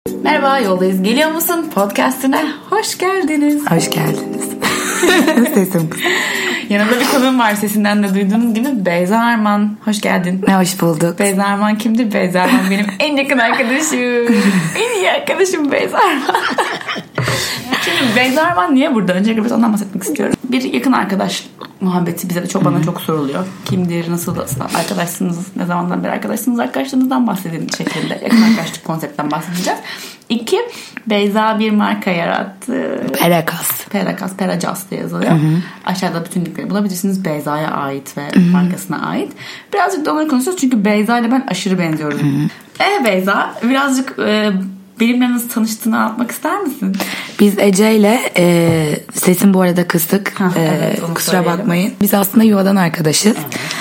Merhaba, yoldayız. Geliyor musun? Podcast'ine hoş geldiniz. Hoş geldiniz. Sesim kız. Yanımda bir konuğum var, sesinden de duyduğunuz gibi Beyza Arman. Hoş geldin. Hoş bulduk. Beyza Arman kimdir? Beyza Arman benim en yakın arkadaşım. En iyi arkadaşım Beyza Arman. Şimdi Beyza Arman niye burada? Öncelikle biraz ondan bahsetmek istiyorum. Bir yakın arkadaş muhabbeti bize de çok, bana çok soruluyor. Kimdir, nasıl arkadaşsınız, ne zamandan beri arkadaşsınız, arkadaşlarınızdan bahsedin şeklinde. Yakın arkadaşlık konseptten bahsedeceğiz. 2, Beyza bir marka yarattı. Perakas. Peracas diye yazılıyor. Aşağıda bütün linkleri bulabilirsiniz. Beyza'ya ait ve markasına ait. Birazcık da onları konuşuyoruz çünkü Beyza ile ben aşırı benziyoruz. Beyza, birazcık benimle nasıl tanıştığını anlatmak ister misin? Biz Ece ile sesim bu arada kısık. Evet, kusura bakmayın. Biz aslında yuvadan arkadaşız.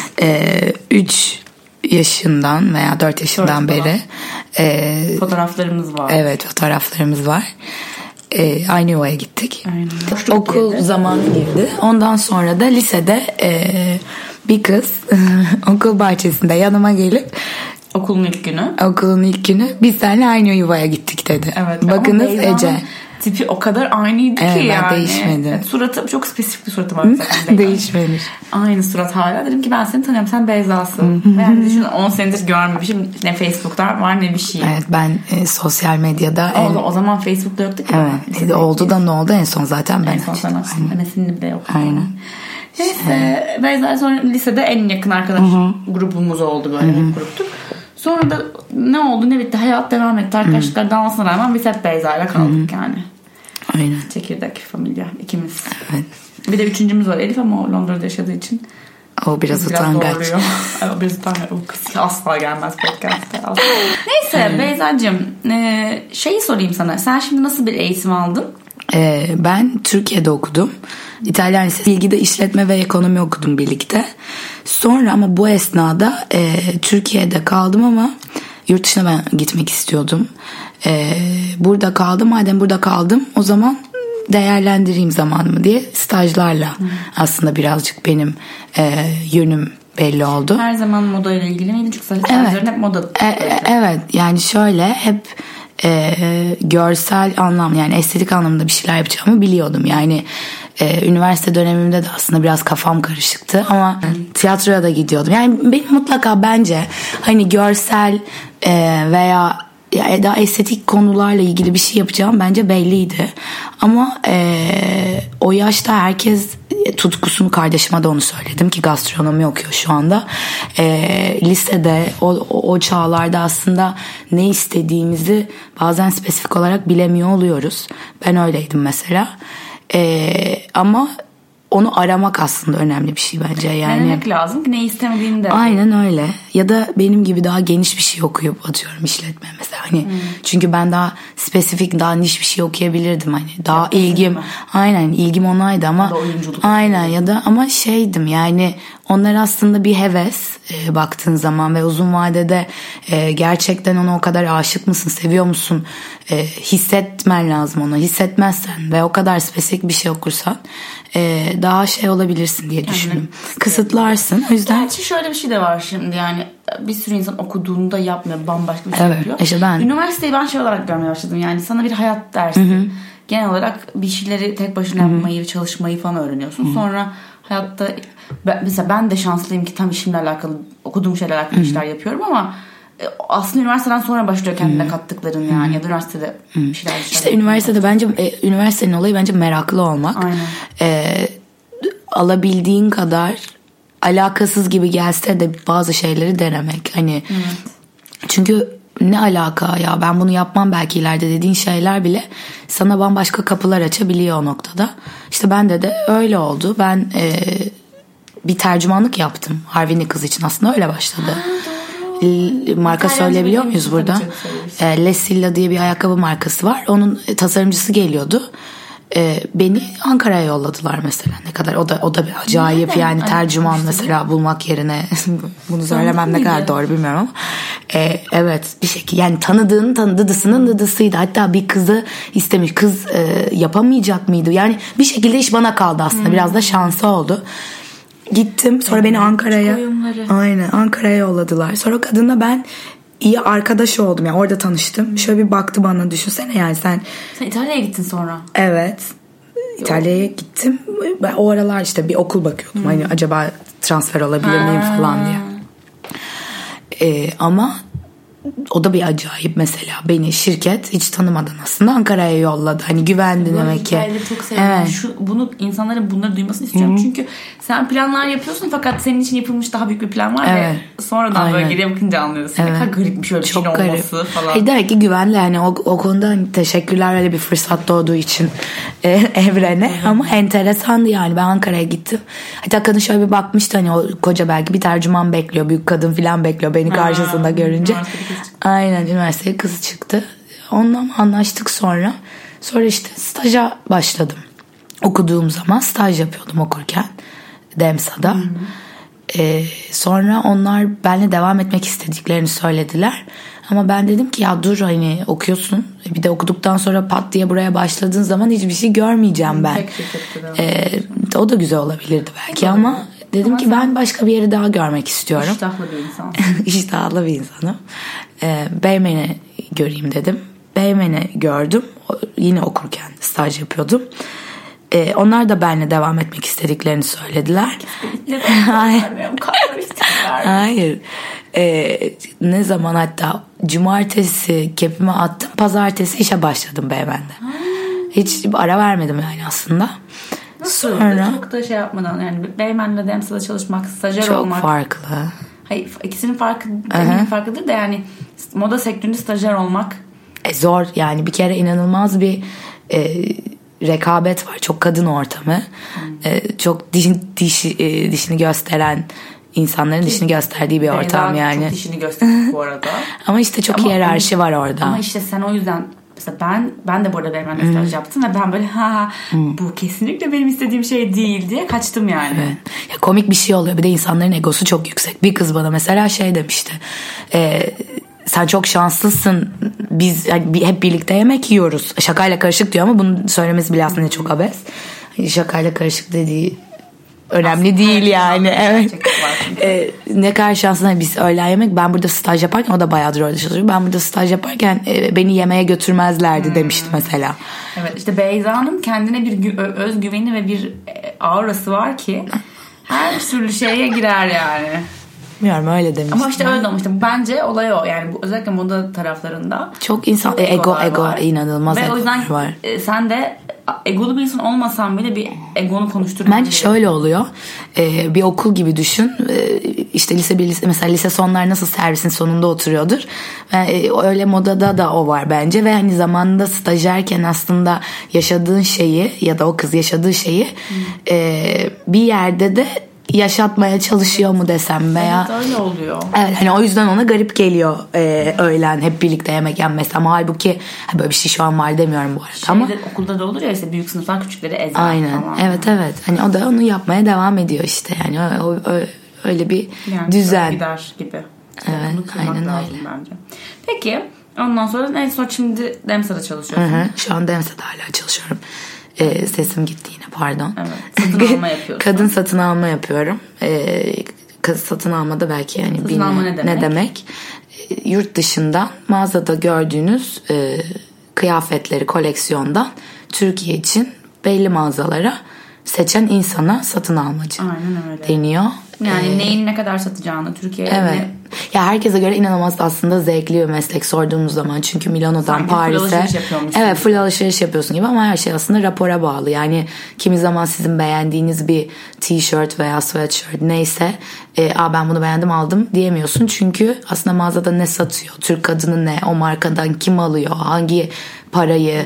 3 yaşından veya 4 yaşından beri. Fotoğraflarımız var. Evet, fotoğraflarımız var. Aynı yuvaya gittik. Aynen. Okul zamanı girdi. Ondan sonra da lisede bir kız okul bahçesinde yanıma gelip Okulun ilk günü biz seninle aynı yuvaya gittik dedi. Evet. Bakınız Ece. Tipi o kadar aynıydı ki yani. Değişmedi. Evet, suratı çok spesifik bir suratı var zaten. Değişmemiş. Aynı surat hala. Dedim ki ben seni tanıyorum. Sen Beyza'sın. Yani düşün 10 senedir görmemişim. Ne Facebook'ta var ne bir şey. Evet, ben sosyal medyada. O zaman Facebook'ta yoktu ki. Evet. Oldu da ne oldu? En son zaten ben açtım. Annesinin bile yok. Aynen. Neyse. Beyza sonra lisede en yakın arkadaş grubumuz oldu, böyle bir gruptuk. Sonra da ne oldu ne bitti, hayat devam etti. Arkadaşlıklar dağılmasına rağmen biz hep Beyza'yla kaldık yani. Aynen. Çekirdek familya ikimiz. Evet. Bir de üçüncümüz var Elif, ama o Londra'da yaşadığı için o biraz utangaç. O biraz utangaç. O kız asla gelmez podcast'ta. Neyse Beyza'cığım, şeyi sorayım sana. Sen şimdi nasıl bir eğitim aldın? Ben Türkiye'de okudum. İtalyan Lisesi. Bilgide işletme ve ekonomi okudum birlikte. Sonra ama bu esnada Türkiye'de kaldım ama yurt dışına ben gitmek istiyordum. Burada kaldım. Madem burada kaldım, o zaman değerlendireyim zamanımı diye stajlarla aslında birazcık benim yönüm belli oldu. Her zaman moda ile ilgili miydin? Çünkü stajların hep moda. Evet, yani şöyle hep görsel anlam, yani estetik anlamda bir şeyler yapacağımı biliyordum. Yani üniversite dönemimde de aslında biraz kafam karışıktı ama tiyatroya da gidiyordum. Yani benim mutlaka bence hani görsel veya daha estetik konularla ilgili bir şey yapacağım bence belliydi. Ama o yaşta herkes tutkusunu, kardeşime de onu söyledim ki gastronomi okuyor şu anda. Lisede o çağlarda aslında ne istediğimizi bazen spesifik olarak bilemiyor oluyoruz. Ben öyleydim mesela. Ama onu aramak aslında önemli bir şey bence. Yani denemek lazım ki ne istemediğini de. Aynen öyle. Ya da benim gibi daha geniş bir şey okuyup atıyorum işletme mesela. Hani çünkü ben daha spesifik, daha niş bir şey okuyabilirdim. Hani daha ilgim onaydı ama aynen, ya da ama şeydim yani, onlar aslında bir heves baktığın zaman ve uzun vadede gerçekten ona o kadar aşık mısın, seviyor musun, hissetmen lazım onu. Hissetmezsen ve o kadar spesifik bir şey okursan daha şey olabilirsin diye düşündüm. Kısıtlarsın. O yüzden. Gerçi şöyle bir şey de var şimdi, yani bir sürü insan okuduğunda yapmıyor, bambaşka bir şey yapıyor. İşte ben. Üniversiteyi ben şey olarak görmeye başladım, yani sana bir hayat dersi. Genel olarak bir şeyleri tek başına yapmayı, çalışmayı falan öğreniyorsun. Sonra hayatta mesela ben de şanslıyım ki tam işimle alakalı, okuduğum şeylerle alakalı işler yapıyorum ama aslında üniversiteden sonra başlıyor kendine kattıkların yani, ya da üniversitede bir şeyler. İşte üniversitede bence üniversitenin olayı bence meraklı olmak. Alabildiğin kadar alakasız gibi gelse de bazı şeyleri denemek. Hani çünkü ne alaka ya, ben bunu yapmam belki ileride dediğin şeyler bile sana bambaşka kapılar açabiliyor o noktada. İşte bende de öyle oldu. Ben bir tercümanlık yaptım. Harvey'nin kız için aslında öyle başladı. Marka söyleyebiliyor muyuz burada? Lesilla diye bir ayakkabı markası var. Onun tasarımcısı geliyordu. Beni Ankara'ya yolladılar mesela. Ne kadar o da bir acayip yani, tercüman mesela bulmak yerine bunu söylemem ne kadar doğru bilmiyorum ama evet, bir şekilde yani tanıdığının dıdısının dıdısıydı. Hatta bir kızı istemiş, kız yapamayacak mıydı? Yani bir şekilde iş bana kaldı aslında. Biraz da şansı oldu. Gittim, sonra beni Ankara'ya yolladılar. Sonra kadınla ben iyi arkadaş oldum. Yani orada tanıştım. Şöyle bir baktı bana, düşünsene yani sen İtalya'ya gittin sonra. Evet. İtalya'ya gittim. Ben o aralar işte bir okul bakıyordum. Hani acaba transfer olabilir miyim falan diye. Ama o da bir acayip mesela. Beni şirket hiç tanımadan aslında Ankara'ya yolladı. Hani güvendi demek ki. Çok seviyorum. Evet. Bunu insanların bunları duymasını istiyorum. Hı-hı. Çünkü sen planlar yapıyorsun fakat senin için yapılmış daha büyük bir plan var ve sonradan böyle geriye bakınca anlıyorsun. Ne kadar garip bir şöyle bir şeyin olması falan. Hayır, demek ki güvenli. Hani o konuda hani teşekkürler, öyle bir fırsat doğduğu için evrene. Hı-hı. Ama enteresandı yani. Ben Ankara'ya gittim. Hatta kadın şöyle bir bakmıştı, hani o koca belki bir tercüman bekliyor. Büyük kadın falan bekliyor beni karşısında görünce. Aynen, üniversiteye kızı çıktı. Onunla anlaştık sonra. Sonra işte staja başladım. Okuduğum zaman staj yapıyordum okurken. Demsa'da. Sonra onlar benimle devam etmek istediklerini söylediler. Ama ben dedim ki ya dur, hani okuyorsun. Bir de okuduktan sonra pat diye buraya başladığın zaman hiçbir şey görmeyeceğim ben. O da güzel olabilirdi belki ama dedim ki ben başka bir yeri daha görmek istiyorum. İştahlı bir insan. İştahlı bir insanım. Beymen'i göreyim dedim. Beymen'i gördüm. Yine okurken staj yapıyordum. Onlar da benimle devam etmek istediklerini söylediler. Hayır. Ne zaman, hatta cumartesi kepimi attım. Pazartesi işe başladım Beymen'de. Hiç ara vermedim yani aslında. Nasıl? Sonra, çok da şey yapmadan yani Beymen'le Demsa'da çalışmak, stajyer çok olmak. Çok farklı. Hayır, ikisinin farklıdır da yani moda sektöründe stajyer olmak. Zor yani, bir kere inanılmaz bir rekabet var. Çok kadın ortamı. Çok dişini gösteren insanların dişini gösterdiği bir ortam yani. Çok dişini gösterdik bu arada. Ama işte çok hiyerarşi var orada. Ama işte sen o yüzden mesela ben de bu arada Beymen'le staj yaptım ve ben böyle bu kesinlikle benim istediğim şey değil diye kaçtım yani. Evet. Ya komik bir şey oluyor. Bir de insanların egosu çok yüksek. Bir kız bana mesela şey demişti. Sen çok şanslısın. Biz yani hep birlikte yemek yiyoruz. Şakayla karışık diyor ama bunu söylemesi bile aslında çok abes. Şakayla karışık dediği önemli aslında değil yani. Evet. Ne kadar şanslı. Biz öğlen yemek, ben burada staj yaparken, o da bayağıdır orada çalışıyor. Ben burada staj yaparken beni yemeğe götürmezlerdi demişti mesela. Evet, işte Beyza'nın kendine bir özgüveni ve bir aurası var ki her türlü şeye girer yani. Bilmiyorum, öyle demiştim. Ama işte öyle demiştim. Bence olay o. Yani bu, özellikle moda taraflarında çok insan ego inanılmaz ve o yüzden var. Sen de egolu bir insan olmasan bile bir egonu konuşturman. Bence şöyle oluyor. Bir okul gibi düşün. İşte mesela lise sonlar nasıl servisin sonunda oturuyordur. Öyle modada da o var bence ve hani zamanında stajyerken aslında yaşadığın şeyi ya da o kız yaşadığı şeyi bir yerde de yaşatmaya çalışıyor mu desem veya evet, öyle oluyor. Evet, hani o yüzden ona garip geliyor öğlen hep birlikte yemek yenmesi ama halbuki böyle bir şey şu an var demiyorum bu arada ama okulda da olur ya işte büyük sınıflar küçükleri ezer. Aynen falan. Evet hani o da onu yapmaya devam ediyor işte yani öyle bir yani düzen gider gibi. Evet, aynen öyle bence. Peki ondan sonra şimdi Demsa'da çalışıyorsun. Hı-hı. Şu an Demsa'da hala çalışıyorum. Sesim gitti yine, pardon. Evet, satın alma yapıyorsun. Kadın satın alma yapıyorum. Kız satın almada belki yani satın alma ne demek? Yurt dışından mağazada gördüğünüz kıyafetleri koleksiyondan Türkiye için belli mağazalara seçen insana satın almacı deniyor. Yani neyin ne kadar satacağını Türkiye'ye. Evet. Ya herkese göre inanılmaz aslında zevkli bir meslek sorduğumuz zaman. Çünkü Milano'dan sanki Paris'e full alışveriş yapıyorsun gibi ama her şey aslında rapora bağlı. Yani kimi zaman sizin beğendiğiniz bir t-shirt veya sweatshirt neyse ben bunu beğendim aldım diyemiyorsun. Çünkü aslında mağazada ne satıyor? Türk kadını ne? O markadan kim alıyor? Hangi parayı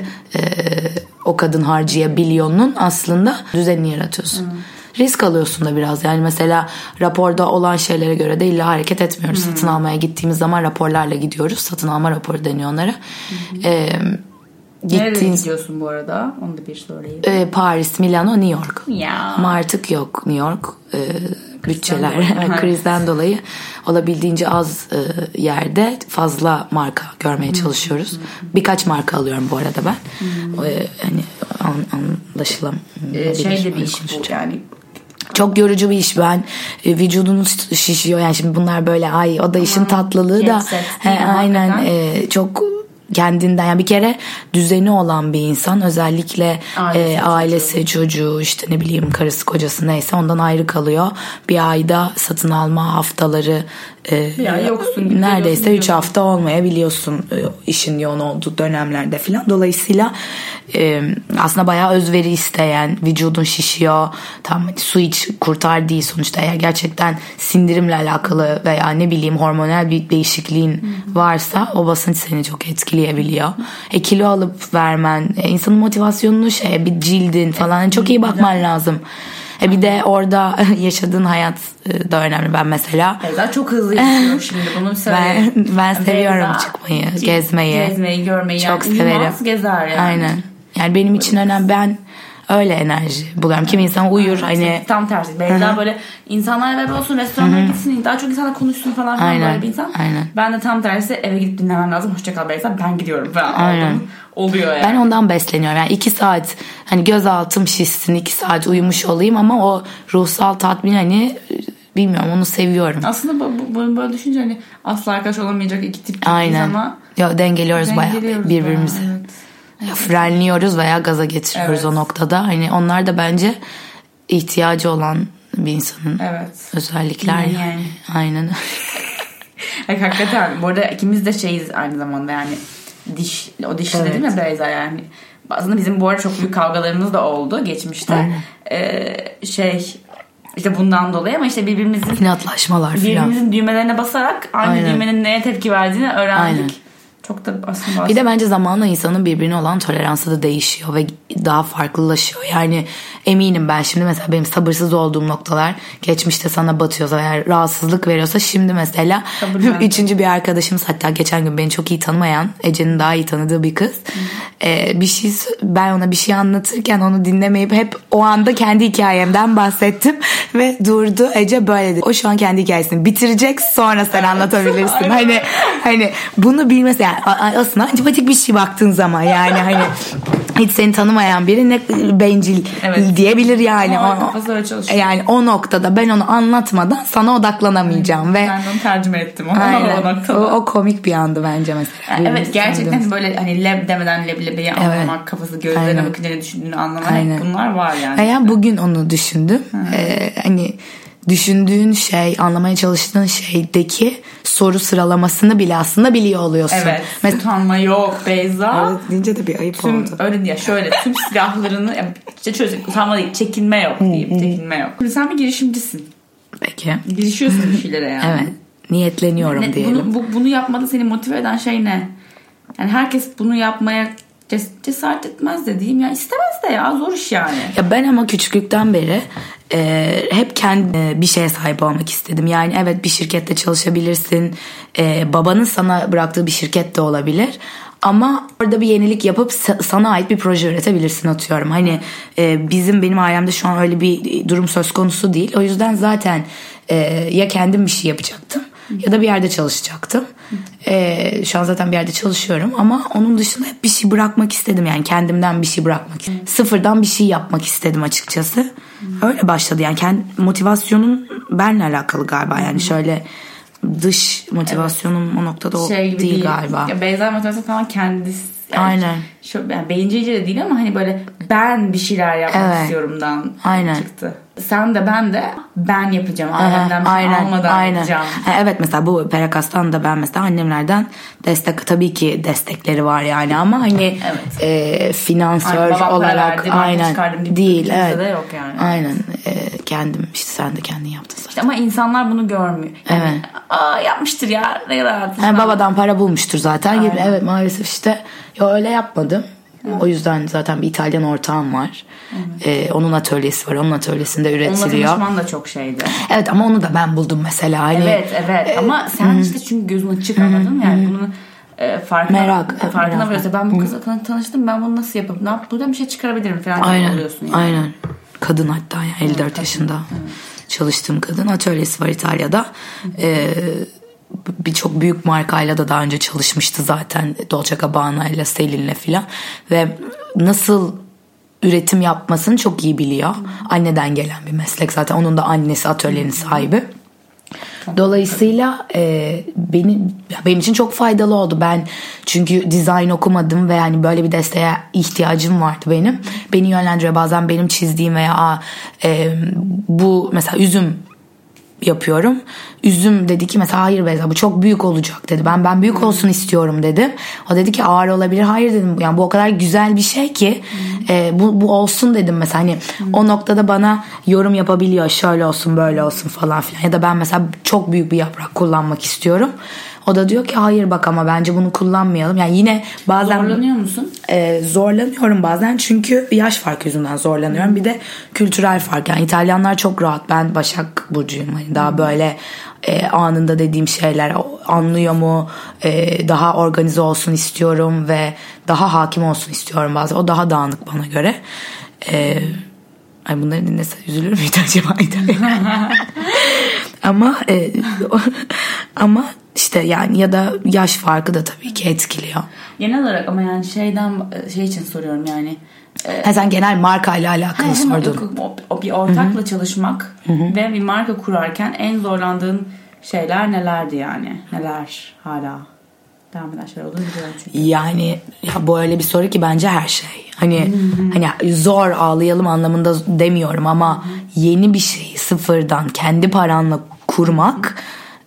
o kadın harcayabiliyor'nun aslında düzenini yaratıyorsun. Risk alıyorsun da biraz. Yani mesela raporda olan şeylere göre de illa hareket etmiyoruz. Satın almaya gittiğimiz zaman raporlarla gidiyoruz. Satın alma raporu deniyor onlara. Nereye gidiyorsun bu arada? Onu da bir sorayım. Paris, Milano, New York. Ya. Ama artık yok New York. Bütçeler krizden dolayı olabildiğince az yerde fazla marka görmeye çalışıyoruz. Birkaç marka alıyorum bu arada ben. Hani anlaşılamıyor. Şey de bir iş bu yani. Çok yorucu bir iş. Ben vücudunuz şişiyor yani, şimdi bunlar böyle ay o da işin tatlılığı da aynen çok kendinden, yani bir kere düzeni olan bir insan, özellikle ailesi çocuğu işte ne bileyim karısı kocası neyse ondan ayrı kalıyor. Bir ayda satın alma haftaları yoksun, neredeyse 3 hafta olmayabiliyorsun işin yoğun olduğu dönemlerde filan. Dolayısıyla aslında bayağı özveri isteyen, vücudun şişiyor, tam su iç kurtar değil sonuçta. Eğer gerçekten sindirimle alakalı veya ne bileyim hormonal bir değişikliğin varsa o basınç seni çok etkileyebiliyor. Kilo alıp vermen, insanın motivasyonunu bir cildin falan çok iyi bakman lazım. Bir de orada yaşadığın hayat da önemli. Ben mesela Beyza çok hızlı yaşıyor şimdi, bunu söyleyeyim. Ben seviyorum Beyza, çıkmayı, gezmeyi, görmeyi. Çok yani, severim. Gezer yani. Aynen. Yani benim için önemli. Ben öyle enerji buluyorum. Kim insan uyur hani. Tam tersi. Beyza böyle insanlarla beraber olsun, restoranlara gitsin, daha çok insanla konuşsun falan böyle bir insan. Aynen. Ben de tam tersi, eve gidip dinlemem lazım. Hoşçakal Beyza, ben gidiyorum falan. Aynen. Oluyor yani. Ben ondan besleniyorum. Yani 2 saat hani gözaltım şişsin, 2 saat uyumuş olayım ama o ruhsal tatmin hani bilmiyorum, onu seviyorum. Aslında böyle düşünce hani asla arkadaş olamayacak iki tip ama dengeliyoruz bayağı birbirimizi. Evet. Frenliyoruz veya gaza getiriyoruz o noktada. Hani onlar da bence ihtiyacı olan bir insanın özellikler yani. Aynen. Hakikaten. Bu arada ikimiz de şeyiz aynı zamanda yani. O dişli dedim ya Beyza yani. Aslında bizim bu arada çok büyük kavgalarımız da oldu geçmişte. İşte bundan dolayı ama işte birbirimizin düğmelerine basarak aynı düğmenin neye tepki verdiğini öğrendik. Aynen. Çok da aslında bir de bence zamanla insanın birbirine olan toleransı da değişiyor ve daha farklılaşıyor. Yani eminim ben şimdi mesela benim sabırsız olduğum noktalar geçmişte sana batıyorsa veya rahatsızlık veriyorsa, şimdi mesela üçüncü bir arkadaşımız, hatta geçen gün beni çok iyi tanımayan, Ece'nin daha iyi tanıdığı bir kız, ben ona bir şey anlatırken onu dinlemeyip hep o anda kendi hikayemden bahsettim ve durdu. Ece böyle dedi. O şu an kendi hikayesini bitirecek, sonra sen anlatabilirsin. hani bunu bilmesi yani aslında antipatik bir şey baktığın zaman yani hani hiç seni tanımayan biri ne bencil diyebilir yani. Yani o noktada ben onu anlatmadan sana odaklanamayacağım ve ben onu tercüme ettim. O komik bir andı bence mesela. Yani gerçekten böyle hani leb demeden leblebiyi anlamak, kafası gözlerine bakınca ne düşündüğünü anlamak, bunlar var yani. Yani bugün onu düşündüm. Hani düşündüğün şey, anlamaya çalıştığın şeydeki soru sıralamasını bile aslında biliyor oluyorsun. Evet. Utanma yok Beyza. Evet deyince de bir ayıp oldu. Öyle diye şöyle tüm silahlarını utanma değil, çekinme yok diyeyim. Çekinme yok. Sen bir girişimcisin. Peki. Girişiyorsun bir şeylere yani. Evet. Niyetleniyorum diyelim. Bunu yapmada seni motive eden şey ne? Yani herkes bunu yapmaya cesaret etmez de diyeyim ya, istemez de ya, zor iş yani. Ya ben ama küçüklükten beri hep kendi bir şeye sahip olmak istedim. Yani evet, bir şirkette çalışabilirsin. Babanın sana bıraktığı bir şirket de olabilir. Ama orada bir yenilik yapıp sana ait bir proje üretebilirsin, atıyorum. Hani benim ailemde şu an öyle bir durum söz konusu değil. O yüzden zaten ya kendim bir şey yapacaktım ya da bir yerde çalışacaktım. Şu an zaten bir yerde çalışıyorum ama onun dışında hep bir şey bırakmak istedim. Yani kendimden bir şey bırakmak istedim. Sıfırdan bir şey yapmak istedim açıkçası. Öyle başladı yani. Motivasyonum benimle alakalı galiba. Yani şöyle dış motivasyonum o noktada değil galiba. Beyza motivasyonu falan kendisi. Yani aynen. Yani beyincice de değil ama hani böyle ben bir şeyler yapmak istiyorumdan çıktı. Sen de ben yapacağım. Ailemden bir şey almadan yapacağım. Evet, mesela bu Perakas'tan da ben mesela annemlerden destek, tabii ki destekleri var yani ama hani finansör olarak değil. Evet. De yok yani. Aynen. Kendim işte, sen de kendin yaptın zaten. İşte ama insanlar bunu görmüyor. Yani, yapmıştır ya. Ne kadar babadan para bulmuştur zaten. Gibi. Evet, maalesef işte öyle yapmadım. O yüzden zaten bir İtalyan ortağım var. Onun atölyesi var. Onun atölyesinde üretiliyor. Onunla tanışman da çok şeydi. Evet, ama onu da ben buldum mesela. Hani, evet. Ama sen işte çünkü gözün açık, anladın mı? Yani bunun farkına varıyorsa ben bu kızla tanıştım, ben bunu nasıl yapıp buradan bir şey çıkarabilirim falan oluyorsun yani. Aynen. Kadın hatta yani 54 yaşında çalıştığım kadın, atölyesi var İtalya'da. Birçok büyük markayla da daha önce çalışmıştı zaten, Dolce Gabbana'yla, Celine'le filan, ve nasıl üretim yapmasını çok iyi biliyor. Anneden gelen bir meslek zaten. Onun da annesi atölyenin sahibi. Dolayısıyla benim için çok faydalı oldu. Ben çünkü dizayn okumadım ve hani böyle bir desteğe ihtiyacım vardı benim. Beni yönlendiriyor bazen benim çizdiğim veya bu mesela üzüm yapıyorum. Üzüm dedi ki mesela hayır Beyza bu çok büyük olacak dedi. Ben büyük olsun istiyorum dedim. O dedi ki ağır olabilir. Hayır dedim. Yani bu o kadar güzel bir şey ki bu olsun dedim mesela hani o noktada bana yorum yapabiliyor. Şöyle olsun böyle olsun falan filan. Ya da ben mesela çok büyük bir yaprak kullanmak istiyorum. O da diyor ki hayır bak ama bence bunu kullanmayalım. Yani yine bazen zorlanıyor musun? Zorlanıyorum bazen çünkü yaş farkı yüzünden zorlanıyorum. Bir de kültürel fark. Yani İtalyanlar çok rahat. Ben Başak Burcu'yum. Hani daha böyle anında dediğim şeyler anlıyor mu? Daha organize olsun istiyorum ve daha hakim olsun istiyorum bazen. O daha dağınık bana göre. Ay bunları dinlese üzülür müydü acaba? ama işte yani ya da yaş farkı da tabii ki etkiliyor. Genel olarak ama yani şey için soruyorum yani. Sen genel marka ile alakalı sordun. O bir ortakla çalışmak ve bir marka kurarken en zorlandığın şeyler nelerdi yani? Neler hala devam eden şeyler olduğunu biliyorum çünkü. Yani ya bu öyle bir soru ki bence her şey. Hani zor ağlayalım anlamında demiyorum ama yeni bir şeyi sıfırdan kendi paranla kurmak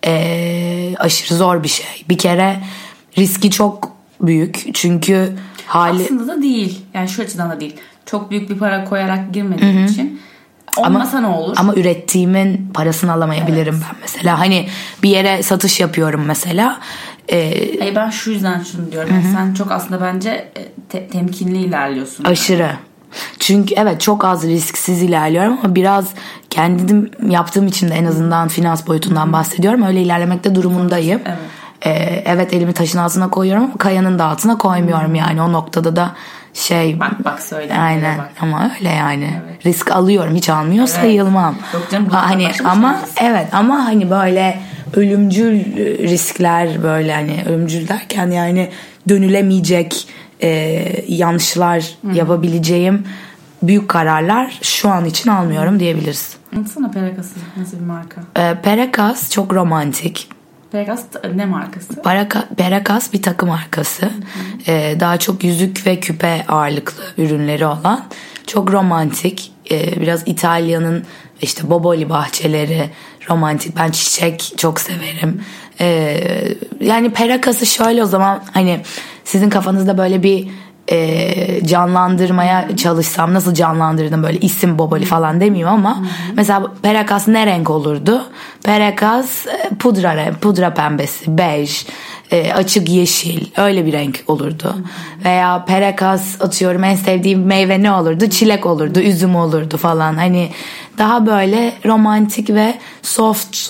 aşırı zor bir şey. Bir kere riski çok büyük çünkü aslında da değil. Yani şu açıdan da değil. Çok büyük bir para koyarak girmediğim için olmasa ne olur? Ama ürettiğimin parasını alamayabilirim ben mesela. Hani bir yere satış yapıyorum mesela. Hayır, ben şu yüzden şunu diyorum. Yani sen çok aslında bence temkinli ilerliyorsun. Aşırı. Yani. Çünkü evet çok az risksiz ilerliyorum ama biraz kendim yaptığım için de en azından finans boyutundan bahsediyorum. Öyle ilerlemekte durumundayım. Evet. Evet elimi taşın altına koyuyorum ama kayanın da altına koymuyorum yani o noktada da bak söyle. Aynen bak. Ama öyle yani. Evet. Risk alıyorum hiç almıyor sayılmam. Yok canım, hani ama evet ama hani böyle ölümcül riskler böyle hani ölümcül derken yani dönülemeyecek yanlışlar yapabileceğim büyük kararlar şu an için almıyorum diyebiliriz. Anlatsana Perakas'ı nasıl bir marka? Perakas çok romantik. Perakas ne markası? Perakas bir takı markası. Daha çok yüzük ve küpe ağırlıklı ürünleri olan. Çok romantik. Biraz İtalya'nın işte Boboli bahçeleri romantik. Ben çiçek çok severim. Yani Perakas'ı şöyle o zaman hani sizin kafanızda böyle bir canlandırmaya çalışsam nasıl canlandırdım böyle isim Boboli falan demeyeyim ama mesela Perakas ne renk olurdu? Perakas pudra pembesi, bej, açık yeşil öyle bir renk olurdu. Veya Perakas atıyorum en sevdiğim meyve ne olurdu? Çilek olurdu, üzüm olurdu falan. Hani daha böyle romantik ve soft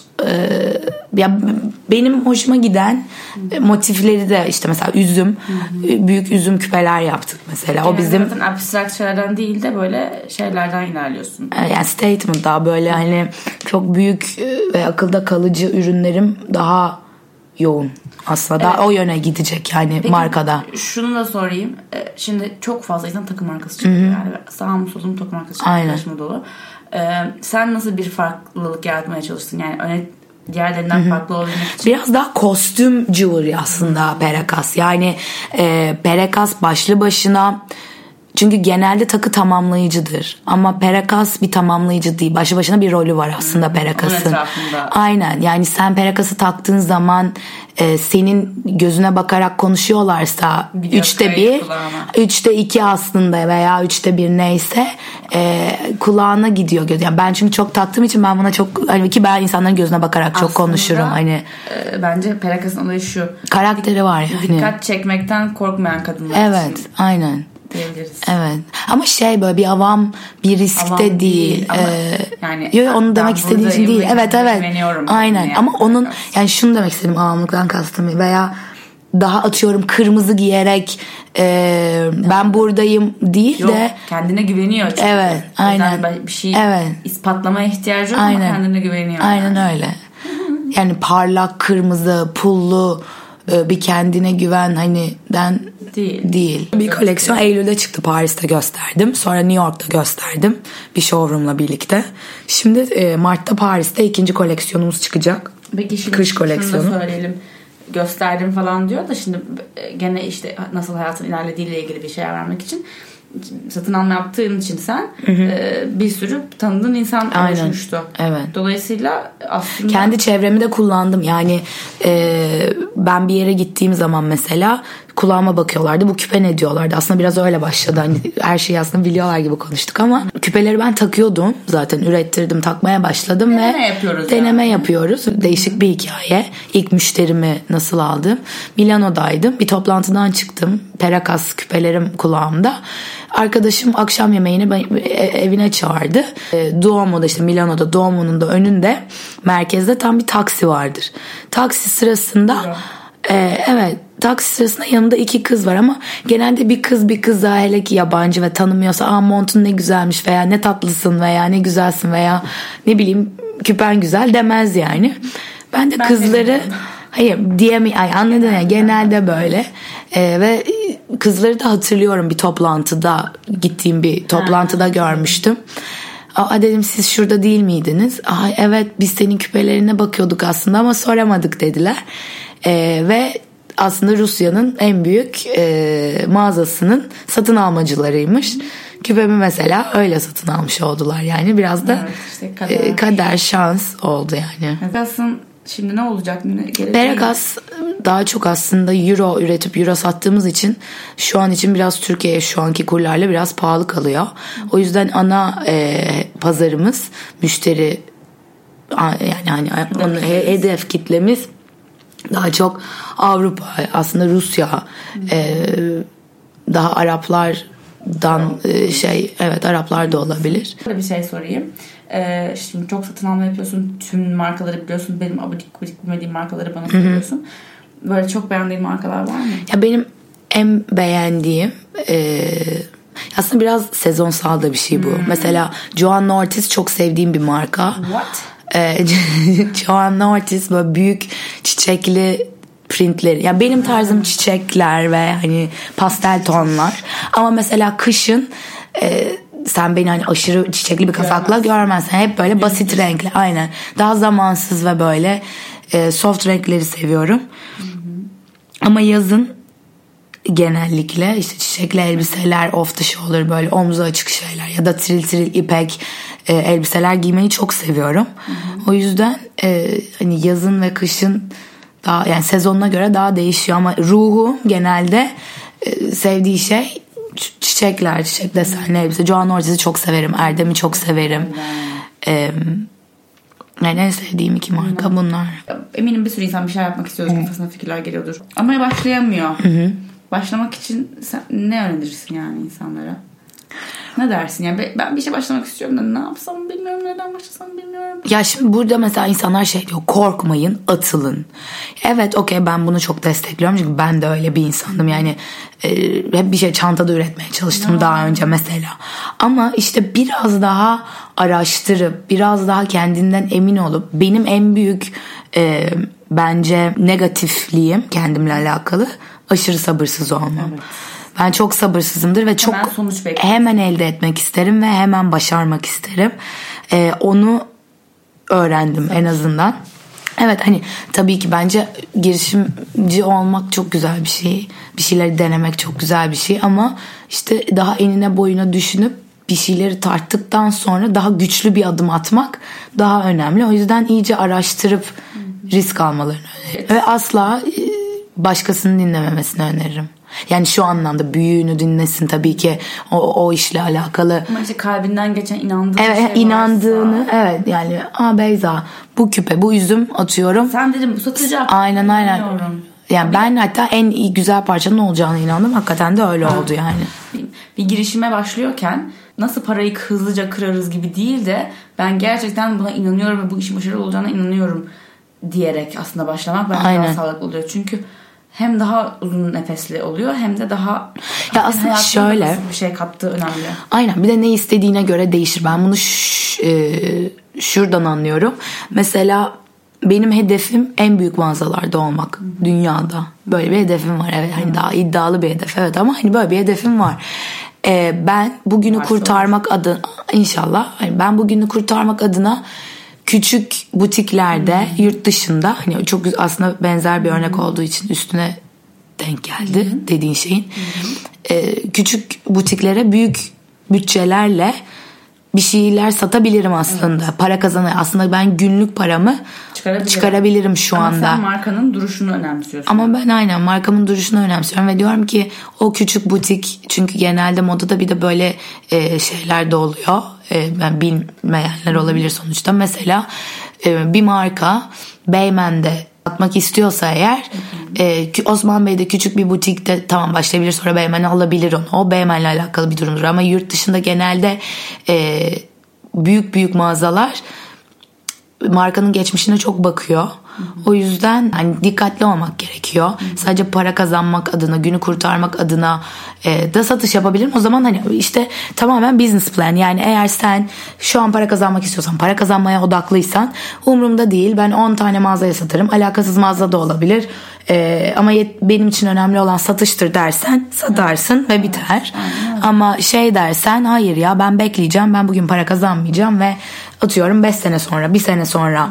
ya benim hoşuma giden motifleri de işte mesela üzüm, büyük üzüm küpeler yaptık mesela. Yani o bizim zaten abstrakt şeylerden değil de böyle şeylerden ilerliyorsun. Yani statement daha böyle hani çok büyük ve akılda kalıcı ürünlerim daha yoğun. Aslında daha o yöne gidecek yani. Peki, markada. Şunu da sorayım. Şimdi çok fazla insan takım markası çıkıyor. Yani sağım solum takım markası çıkıyor dolu. Sen nasıl bir farklılık yaratmaya çalıştın? Yani diğerlerinden farklı olabilmek için. Biraz daha kostüm jewelry aslında Perakas. Yani Perakas başlı başına çünkü genelde takı tamamlayıcıdır. Ama Perakas bir tamamlayıcı değil. Başlı başına bir rolü var aslında Perakas'ın. Aynen. Yani sen Perakas'ı taktığın zaman senin gözüne bakarak konuşuyorlarsa 1/3, 2 aslında veya 1/3 neyse kulağına gidiyor. Yani ben çünkü çok taktığım için ben buna çok hani ki ben insanların gözüne bakarak aslında, çok konuşurum. Hani bence Perakas'ın olayı şu. Karakteri var yani. Dikkat çekmekten korkmayan kadınlar evet, için. Aynen. Diyebiliriz. Evet. Ama böyle bir avam bir riskte değil. Ama yani onu demek istediğim için değil. Evet. Aynen. Yani. Ama onun yani şunu demek istedim avamlıktan kastım veya daha atıyorum kırmızı giyerek ben buradayım değil yok, de kendine güveniyor çünkü. Evet. Aynen. Bir şey ispatlamaya ihtiyacı yok ama kendine güveniyor. Aynen öyle. Yani parlak kırmızı, pullu bir kendine güven hani değil. Bir koleksiyon Eylül'de çıktı, Paris'te gösterdim. Sonra New York'ta gösterdim bir showroom'la birlikte. Şimdi Mart'ta Paris'te ikinci koleksiyonumuz çıkacak. Peki şimdi kış koleksiyonu. Şunu da söyleyelim. Gösterdim falan diyor da şimdi gene işte nasıl hayatın ilerlediğiyle ilgili bir şey vermek için satın alma yaptığın için sen bir sürü tanıdığın insan oluşmuştu. Evet. Dolayısıyla aslında kendi çevremi de kullandım. Yani ben bir yere gittiğim zaman mesela kulağıma bakıyorlardı. Bu küpe ne diyorlardı. Aslında biraz öyle başladı. Hani her şeyi aslında biliyorlar gibi konuştuk ama küpeleri ben takıyordum. Zaten ürettirdim, takmaya başladım deneme yapıyoruz. Değişik bir hikaye. İlk müşterimi nasıl aldım? Milano'daydım. Bir toplantıdan çıktım. Perakas küpelerim kulağımda. Arkadaşım akşam yemeğini evine çağırdı. Duomo'da, işte Milano'da, Duomo'nun da önünde merkezde tam bir taksi vardır. Taksi sırasında taksi sırasında yanında 2 kız var ama genelde bir kız daha, hele ki yabancı ve tanımıyorsa montun ne güzelmiş veya ne tatlısın veya ne güzelsin veya ne bileyim küpen güzel demez yani. Ben de kızları anladın ya, genelde böyle ve kızları da hatırlıyorum, bir toplantıda gittiğim bir toplantıda görmüştüm. Dedim siz şurada değil miydiniz? Evet biz senin küpelerine bakıyorduk aslında ama soramadık dediler. Ve aslında Rusya'nın en büyük mağazasının satın almacılarıymış. Küpemi mesela öyle satın almış oldular yani, biraz da kader şans oldu yani. Perakas'ın şimdi ne olacak? Perakas daha çok aslında euro üretip euro sattığımız için şu an için biraz Türkiye'ye şu anki kurlarla biraz pahalı kalıyor. O yüzden ana pazarımız, müşteri yani hedef kitlemiz daha çok Avrupa, aslında Rusya, daha Araplardan Araplar da olabilir. Bir şey sorayım. Şimdi çok satın alma yapıyorsun. Tüm markaları biliyorsun. Benim abidik bilmediğim markaları bana söylüyorsun. Böyle çok beğendiğin markalar var mı? Ya benim en beğendiğim aslında biraz sezonsal da bir şey bu. Mesela Johanna Ortiz çok sevdiğim bir marka. What? Johanna Ortiz böyle büyük çiçekli printleri. Yani benim tarzım çiçekler ve hani pastel tonlar. Ama mesela kışın sen beni hani aşırı çiçekli bir kazakla görmezsen. Hep böyle basit renkli. Aynen. Daha zamansız ve böyle soft renkleri seviyorum. Ama yazın genellikle işte çiçekli elbiseler, off the shoulder, böyle omzu açık şeyler ya da tril ipek elbiseler giymeyi çok seviyorum. O yüzden hani yazın ve kışın daha, yani sezonuna göre daha değişiyor ama ruhu genelde sevdiği şey çiçekler, çiçek desenli elbise. Johanna Ortiz'i çok severim. Erdem'i çok severim. Yani en sevdiğim 2 marka bunlar. Eminim bir sürü insan bir şey yapmak istiyor. Kafasına fikirler geliyordur. Ama başlayamıyor. Başlamak için sen ne önerirsin yani insanlara? Ne dersin? Yani ben bir şey başlamak istiyorum da ne yapsam bilmiyorum, neden başlasam bilmiyorum. Ya şimdi burada mesela insanlar şey diyor, korkmayın, atılın. Evet, okey, ben bunu çok destekliyorum çünkü ben de öyle bir insandım. Yani hep bir şey çantada üretmeye çalıştım daha önce mesela. Ama işte biraz daha araştırıp biraz daha kendinden emin olup, benim en büyük bence negatifliğim kendimle alakalı aşırı sabırsız olmam. Evet. Ben çok sabırsızımdır ve çok hemen elde etmek isterim ve hemen başarmak isterim. Onu öğrendim en azından. Evet, hani tabii ki bence girişimci olmak çok güzel bir şey. Bir şeyleri denemek çok güzel bir şey ama işte daha enine boyuna düşünüp bir şeyleri tarttıktan sonra daha güçlü bir adım atmak daha önemli. O yüzden iyice araştırıp risk almalarını öneririm. Ve asla başkasının dinlememesini öneririm. Yani şu anlamda büyüğünü dinlesin tabii ki, o işle alakalı. Ama işte kalbinden geçen inandığı evet, şey inandığını varsa. Evet, yani Beyza bu küpe, bu üzüm atıyorum. Sen dedim bu satacak. Aynen. Yani ben hatta en iyi güzel parçanın olacağına inandım. Hakikaten de öyle oldu yani. Bir girişime başlıyorken nasıl parayı hızlıca kırarız gibi değil de ben gerçekten buna inanıyorum ve bu işin başarılı olacağına inanıyorum diyerek aslında başlamak bence daha sağlıklı oluyor. Çünkü hem daha uzun nefesli oluyor hem de daha aslında şöyle bir şey kattığı önemli. Aynen, bir de ne istediğine göre değişir. Ben bunu şuradan anlıyorum. Mesela benim hedefim en büyük mağazalarda olmak dünyada. Böyle bir hedefim var. Evet, hani daha iddialı bir hedef. Evet, ama hani böyle bir hedefim var. Ben bugünü kurtarmak adına, inşallah, hani ben bugünü kurtarmak adına küçük butiklerde yurt dışında, hani çok aslında benzer bir örnek olduğu için üstüne denk geldi dediğin şeyin. Küçük butiklere büyük bütçelerle bir şeyler satabilirim aslında. Evet. Para kazanır. Aslında ben günlük paramı çıkarabilirim şu anda. Ama sen markanın duruşunu önemsiyorsun. Ama ben aynen markamın duruşunu önemsiyorum ve diyorum ki o küçük butik, çünkü genelde modada bir de böyle şeyler de oluyor. Ben bilmeyenler olabilir sonuçta. Mesela bir marka Beymen'de satmak istiyorsa eğer, Osman Bey'de küçük bir butikte tamam başlayabilir, sonra Beymen'e alabilir onu. O Beymen'le alakalı bir durumdur. Ama yurt dışında genelde büyük mağazalar markanın geçmişine çok bakıyor. O yüzden hani dikkatli olmak gerekiyor. Sadece para kazanmak adına, günü kurtarmak adına da satış yapabilirim. O zaman hani işte tamamen business plan. Yani eğer sen şu an para kazanmak istiyorsan, para kazanmaya odaklıysan, umurumda değil, ben 10 tane mağazaya satarım. Alakasız mağaza da olabilir. Ama benim için önemli olan satıştır dersen satarsın ve biter. Ama şey dersen, hayır ya ben bekleyeceğim, ben bugün para kazanmayacağım ve atıyorum 5 sene sonra, 1 sene sonra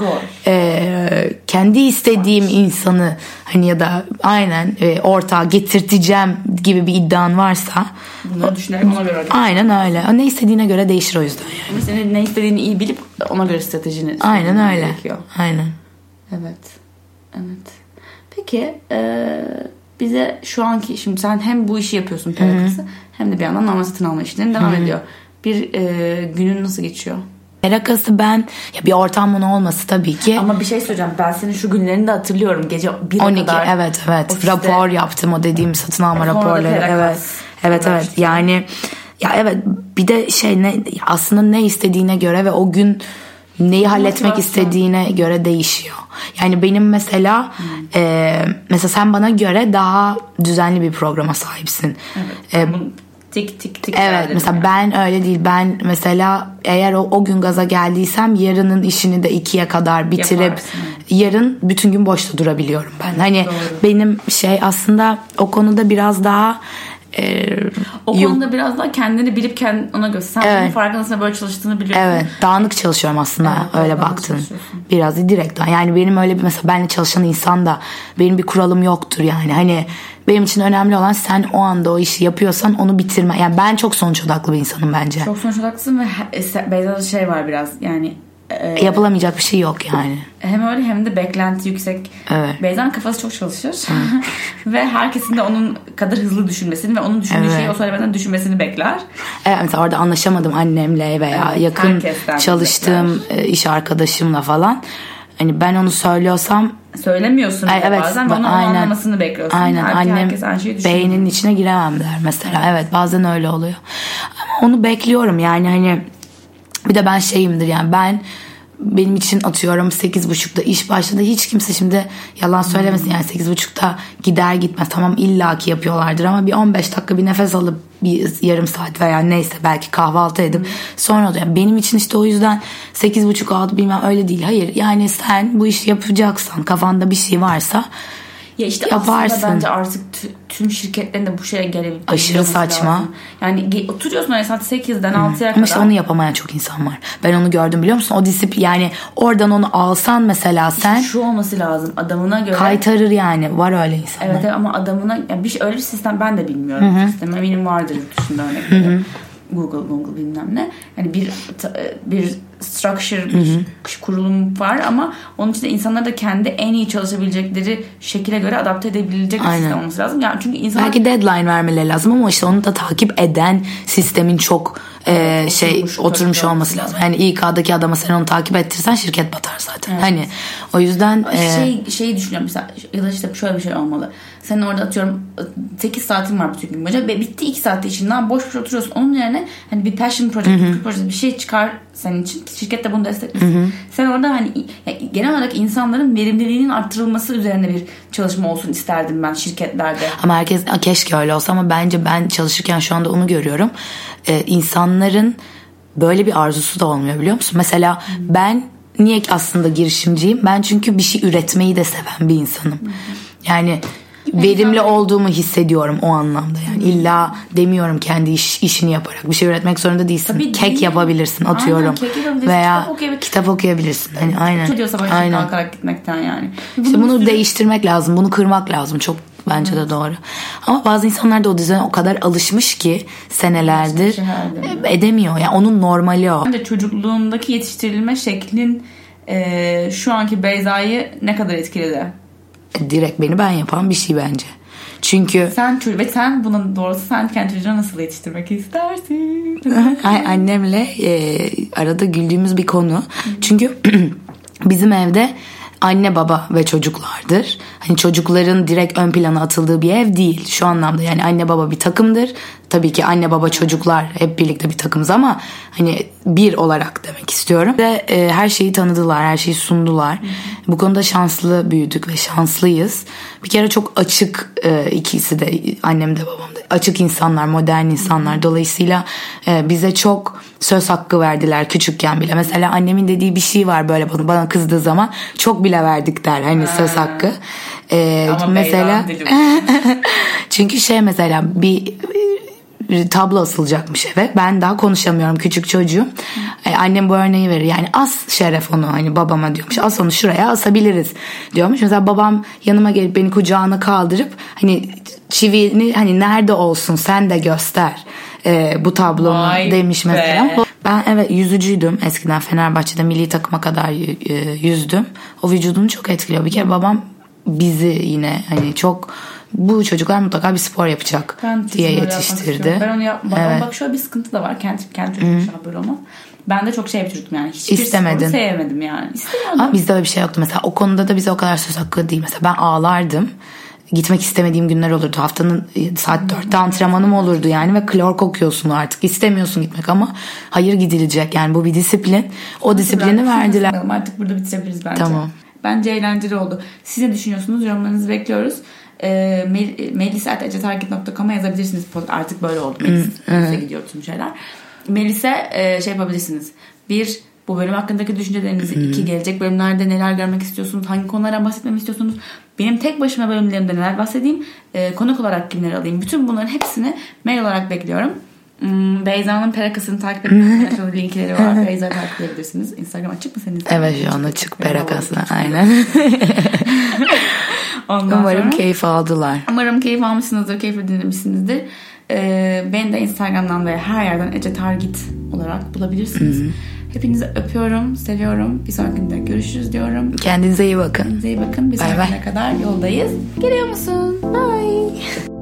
kendi istediğim insanı hani ya da aynen ortağa getirteceğim gibi bir iddian varsa, bunları düşünerek ona göre. Aynen öyle. Ne istediğine göre değişir o yüzden yani. Ama senin ne istediğini iyi bilip ona göre stratejini. Aynen öyle. Gerekiyor. Aynen. Evet. Peki bize şu anki, şimdi sen hem bu işi yapıyorsun Perakas'ı, hem de bir yandan normal satın alma işlerin devam ediyor. Bir günün nasıl geçiyor? Perakas'ı ben, ya bir ortamın olması tabii ki. Ama bir şey söyleyeceğim. Ben senin şu günlerini de hatırlıyorum. Gece 1'e 12 kadar. Evet. Ofiste, rapor yaptım, o dediğim satın alma raporları. Evet. Yani ya evet, bir de aslında ne istediğine göre ve o gün neyi halletmek istediğine göre değişiyor. Yani benim mesela sen bana göre daha düzenli bir programa sahipsin. Evet. Tik. Evet, mesela yani. Ben öyle değil. Ben mesela eğer o gün gaza geldiysem yarının işini de 2'ye kadar bitirip yaparsın. Yarın bütün gün boşta durabiliyorum ben. Hani doğru. Benim aslında o konuda biraz daha konuda biraz daha kendini bilip ona göre. Sen bunun farkındasın, böyle çalıştığını biliyorsun. Evet, dağınık çalışıyorum aslında, öyle baktın. Biraz direkt. Yani benim öyle bir, mesela benimle çalışan insan da benim bir kuralım yoktur yani. Hani benim için önemli olan sen o anda o işi yapıyorsan onu bitirme. Yani ben çok sonuç odaklı bir insanım bence. Çok sonuç odaklısın ve Beyza'da var biraz yani. Yapılamayacak bir şey yok yani. Hem öyle hem de beklenti yüksek. Evet. Beyza'nın kafası çok çalışır. Ve herkesin de onun kadar hızlı düşünmesini ve onun düşündüğü şeyi o söylemeden düşünmesini bekler. Evet, mesela orada anlaşamadım annemle veya yakın çalıştığım iş arkadaşımla falan. Hani ben onu söylüyorsam söylemiyorsun bazen ve onun anlamasını bekliyorsun. Aynen. Annem beyninin içine giremem der mesela. Evet, bazen öyle oluyor. Ama onu bekliyorum yani, hani bir de ben şeyimdir yani, benim için atıyorum 8.30'da iş başladı. Hiç kimse şimdi yalan söylemesin yani 8.30'da gider gitmez. Tamam, illaki yapıyorlardır ama bir 15 dakika bir nefes alıp bir yarım saat veya neyse belki kahvaltı edip sonra oluyor. Yani benim için işte o yüzden 8.30-6 bilmem öyle değil. Hayır yani sen bu işi yapacaksan, kafanda bir şey varsa ya işte yaparsın. Aslında bence artık tüm şirketlerin de bu şeye gelebilir. Aşırı saçma. Lazım. Yani oturuyorsun öyle saat 8'den 6'ya kadar. Ama işte onu yapamayan çok insan var. Ben onu gördüm, biliyor musun? O disiplin, yani oradan onu alsan mesela sen. İşte şu olması lazım adamına göre. Kaytarır yani. Var öyle insanlar. Evet ama adamına yani öyle bir sistem ben de bilmiyorum. Sistem eminim vardır yurt dışında örnekleri. Google bilmem ne. Yani bir structure, bir kurulum var ama onun için de insanlar da kendi en iyi çalışabilecekleri şekile göre adapte edebilecek bir sistem olması lazım. Yani çünkü insanlar belki deadline vermeleri lazım ama işte onu da takip eden sistemin çok oturmuş olması lazım. Yani İK'daki adama sen onu takip ettirsen şirket batar zaten. Evet. Hani o yüzden şeyi düşünüyorum mesela, ya da işte şöyle bir şey olmalı. Senin orada atıyorum 8 saatin var bütün gün boyunca ve bitti 2 saat içinden boş oturuyorsun. Onun yerine hani bir passion project, bir şey çıkar senin için. Şirket de bunu desteklesin. Sen orada hani genel olarak insanların verimliliğinin arttırılması üzerine bir çalışma olsun isterdim ben şirketlerde. Ama herkes keşke öyle olsa ama bence ben çalışırken şu anda onu görüyorum. İnsanların böyle bir arzusu da olmuyor, biliyor musun? Mesela ben niye aslında girişimciyim? Ben çünkü bir şey üretmeyi de seven bir insanım. Yani verimli olduğumu hissediyorum o anlamda. Yani illa demiyorum kendi işini yaparak bir şey üretmek zorunda değilsin. Tabii kek değil. Yapabilirsin atıyorum. Aynen, veya kitap okuyabilirsin. Hani aynen. Tutuyorsa başına kalkarak gitmekten yani. İşte bunu değiştirmek lazım. Bunu kırmak lazım. Çok bence de doğru. Ama bazı insanlar da o düzene o kadar alışmış ki senelerdir edemiyor. Yani onun normali o. Bence çocukluğundaki yetiştirilme şeklin şu anki Beyza'yı ne kadar etkiledi? Direkt beni ben yapan bir şey bence. Çünkü sen bunun doğrusu sen kendi çocuğunu nasıl yetiştirmek istersin? Annemle arada güldüğümüz bir konu. Çünkü bizim evde anne baba ve çocuklardır. Hani çocukların direkt ön plana atıldığı bir ev değil şu anlamda. Yani anne baba bir takımdır. Tabii ki anne baba çocuklar hep birlikte bir takımız ama hani bir olarak demek istiyorum. Ve her şeyi tanıdılar, her şeyi sundular. Bu konuda şanslı büyüdük ve şanslıyız. Bir kere çok açık ikisi de annem de babam da açık insanlar, modern insanlar. Dolayısıyla bize çok söz hakkı verdiler küçükken bile. Mesela annemin dediği bir şey var böyle bana kızdığı zaman çok bile verdik der hani söz hakkı. Ama mesela çünkü mesela bir tablo asılacakmış eve. Ben daha konuşamıyorum, küçük çocuğum. Annem bu örneği verir. Yani as Şeref onu hani babama diyormuş. As onu şuraya asabiliriz diyormuş. Mesela babam yanıma gelip beni kucağına kaldırıp hani çivini hani nerede olsun sen de göster bu tablonu demiş mesela. Ben yüzücüydüm eskiden, Fenerbahçe'de milli takıma kadar yüzdüm. O vücudunu çok etkiliyor. Bir kere babam bizi yine hani çok bu çocuklar mutlaka bir spor yapacak diye yetiştirdi. Ben onu yapmadım. Evet. Bak şöyle bir sıkıntı da var. Kendi çocuğum şu an böyle olmaz. Ben de çok bir çocuktum yani. Hiçbir sporu sevmedim yani. İstemedim. Ama bizde öyle bir şey yoktu. Mesela o konuda da bize o kadar söz hakkı değil. Mesela ben ağlardım. Gitmek istemediğim günler olurdu. Haftanın saat 4'te antrenmanım olurdu yani ve klor kokuyorsun artık. İstemiyorsun gitmek ama hayır gidilecek. Yani bu bir disiplin. O disiplini verdiler. Artık burada bitirebiliriz bence. Tamam. Bence eğlenceli oldu. Siz ne düşünüyorsunuz? Yorumlarınızı bekliyoruz. melis@ecetarget.com'a yazabilirsiniz. Artık böyle oldu. Melis'e gidiyor tüm şeyler. Melis'e yapabilirsiniz. 1. Bu bölüm hakkındaki düşüncelerinizi. 2. Gelecek bölümlerde neler görmek istiyorsunuz? Hangi konulardan bahsetmemi istiyorsunuz? Benim tek başıma bölümlerimde neler bahsedeyim? Konuk olarak kimleri alayım? Bütün bunların hepsini mail olarak bekliyorum. Beyza'nın Perakas'ını takip etmek için linkleri var. Beyza'yı takip edebilirsiniz. Instagram açık mı senin? Evet şu an açık Perakas'la. Aynen. Umarım keyif aldılar. Umarım keyif almışsınızdır. Keyifle dinlemişsinizdir. Beni de Instagram'dan ve her yerden Ece Target olarak bulabilirsiniz. Hepinizi öpüyorum, seviyorum. Bir sonrakinde görüşürüz diyorum. Kendinize iyi bakın. Kendinize iyi bakın. Bir sonrakine kadar yoldayız. Geliyor musun? Bye.